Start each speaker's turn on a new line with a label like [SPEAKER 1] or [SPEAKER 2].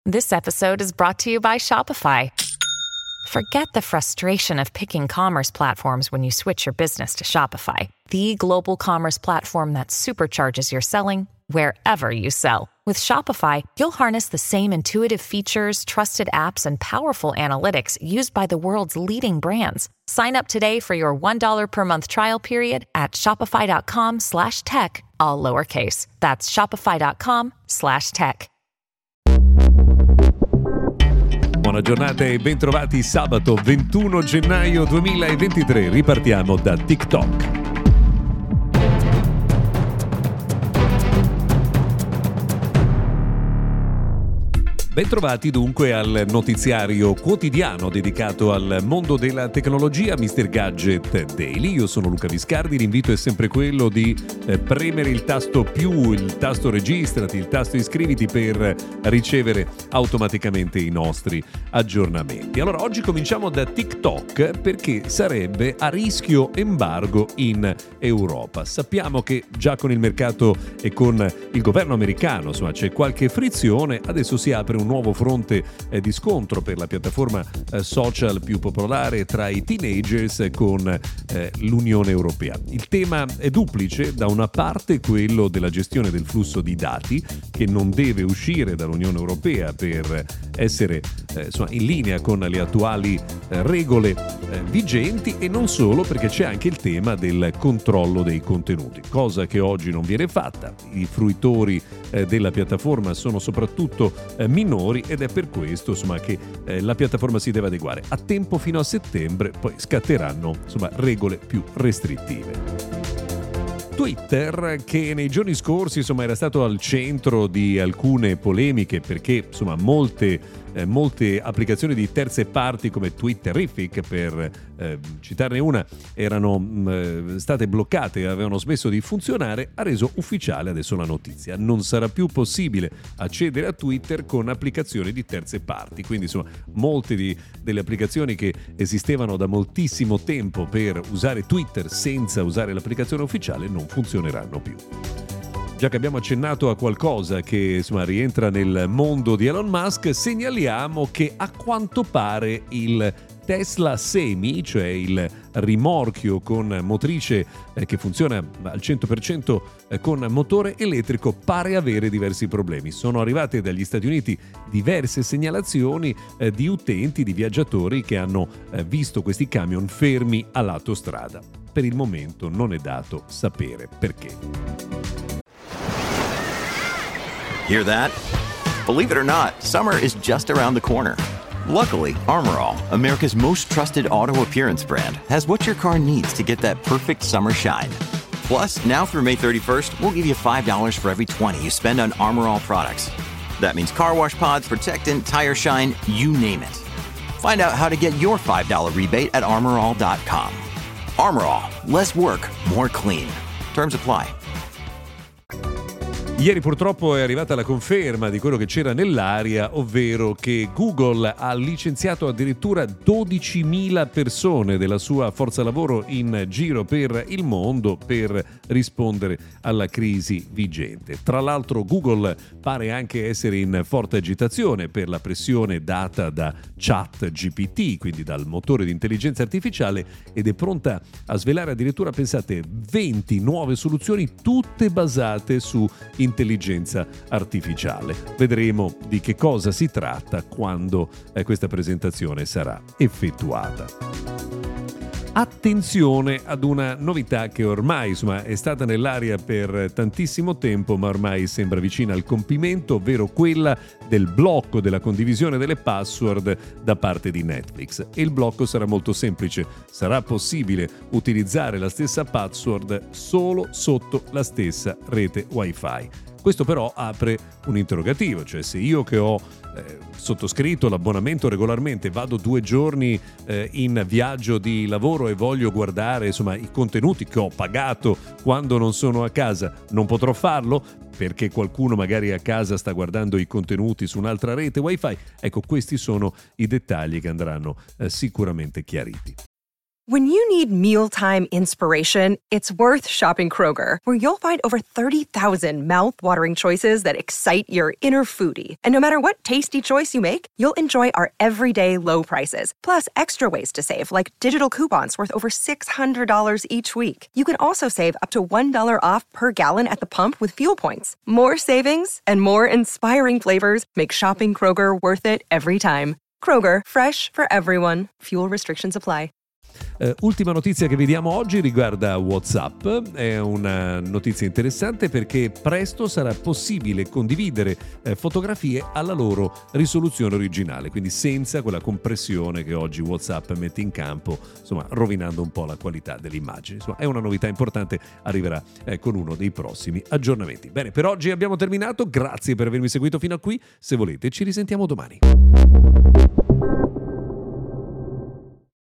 [SPEAKER 1] This episode is brought to you by Shopify. Forget the frustration of picking commerce platforms when you switch your business to Shopify, the global commerce platform that supercharges your selling wherever you sell. With Shopify, you'll harness the same intuitive features, trusted apps, and powerful analytics used by the world's leading brands. Sign up today for your $1 per month trial period at shopify.com/tech, all lowercase. That's shopify.com/tech.
[SPEAKER 2] Buona giornata e bentrovati sabato 21 gennaio 2023. Ripartiamo da TikTok. Bentrovati dunque al notiziario quotidiano dedicato al mondo della tecnologia, Mr. Gadget Daily. Io sono Luca Viscardi, l'invito è sempre quello di premere il tasto più, il tasto registrati, il tasto iscriviti per ricevere automaticamente i nostri aggiornamenti. Allora, oggi cominciamo da TikTok perché sarebbe a rischio embargo in Europa. Sappiamo che già con il mercato e con il governo americano, insomma, c'è qualche frizione, adesso si apre un nuovo fronte di scontro per la piattaforma social più popolare tra i teenagers con l'Unione Europea. Il tema è duplice: da una parte quello della gestione del flusso di dati che non deve uscire dall'Unione Europea per essere in linea con le attuali regole vigenti, e non solo, perché c'è anche il tema del controllo dei contenuti, cosa che oggi non viene fatta. I fruitori della piattaforma sono soprattutto minori, ed è per questo che la piattaforma si deve adeguare a tempo fino a settembre, poi scatteranno regole più restrittive. Twitter, che nei giorni scorsi era stato al centro di alcune polemiche perché molte applicazioni di terze parti come Twitterific, per citarne una, erano state bloccate e avevano smesso di funzionare, ha reso ufficiale adesso la notizia: non sarà più possibile accedere a Twitter con applicazioni di terze parti. Quindi molte delle applicazioni che esistevano da moltissimo tempo per usare Twitter senza usare l'applicazione ufficiale non funzioneranno più. Già che abbiamo accennato a qualcosa che rientra nel mondo di Elon Musk, segnaliamo che a quanto pare il Tesla Semi, cioè il rimorchio con motrice che funziona al 100% con motore elettrico, pare avere diversi problemi. Sono arrivate dagli Stati Uniti diverse segnalazioni di utenti, di viaggiatori che hanno visto questi camion fermi all'autostrada. Per il momento non è dato sapere perché.
[SPEAKER 3] Hear that? Believe it or not, summer is just around the corner. Luckily, Armor All, America's most trusted auto appearance brand, has what your car needs to get that perfect summer shine. Plus, now through May 31st, we'll give you $5 for every $20 you spend on Armor All products. That means car wash pods, protectant, tire shine, you name it. Find out how to get your $5 rebate at armorall.com. Armor All, less work, more clean. Terms apply.
[SPEAKER 2] Ieri purtroppo è arrivata la conferma di quello che c'era nell'aria, ovvero che Google ha licenziato addirittura 12.000 persone della sua forza lavoro in giro per il mondo per rispondere alla crisi vigente. Tra l'altro Google pare anche essere in forte agitazione per la pressione data da ChatGPT, quindi dal motore di intelligenza artificiale, ed è pronta a svelare addirittura, pensate, 20 nuove soluzioni, tutte basate su intelligenza artificiale. Vedremo di che cosa si tratta quando questa presentazione sarà effettuata. Attenzione ad una novità che ormai è stata nell'aria per tantissimo tempo, ma ormai sembra vicina al compimento, ovvero quella del blocco della condivisione delle password da parte di Netflix. E il blocco sarà molto semplice: sarà possibile utilizzare la stessa password solo sotto la stessa rete Wi-Fi. Questo però apre un interrogativo, cioè se io che ho sottoscritto l'abbonamento regolarmente, vado 2 giorni in viaggio di lavoro e voglio guardare i contenuti che ho pagato quando non sono a casa, non potrò farlo perché qualcuno magari a casa sta guardando i contenuti su un'altra rete Wi-Fi. Ecco, questi sono i dettagli che andranno sicuramente chiariti.
[SPEAKER 4] When you need mealtime inspiration, it's worth shopping Kroger, where you'll find over 30,000 mouth-watering choices that excite your inner foodie. And no matter what tasty choice you make, you'll enjoy our everyday low prices, plus extra ways to save, like digital coupons worth over $600 each week. You can also save up to $1 off per gallon at the pump with fuel points. More savings and more inspiring flavors make shopping Kroger worth it every time. Kroger, fresh for everyone. Fuel restrictions apply.
[SPEAKER 2] Ultima notizia che vediamo oggi riguarda WhatsApp. È una notizia interessante perché presto sarà possibile condividere fotografie alla loro risoluzione originale, quindi senza quella compressione che oggi WhatsApp mette in campo, insomma rovinando un po' la qualità dell'immagine. Insomma, è una novità importante, arriverà con uno dei prossimi aggiornamenti. Bene, per oggi abbiamo terminato, grazie per avermi seguito fino a qui, se volete ci risentiamo domani.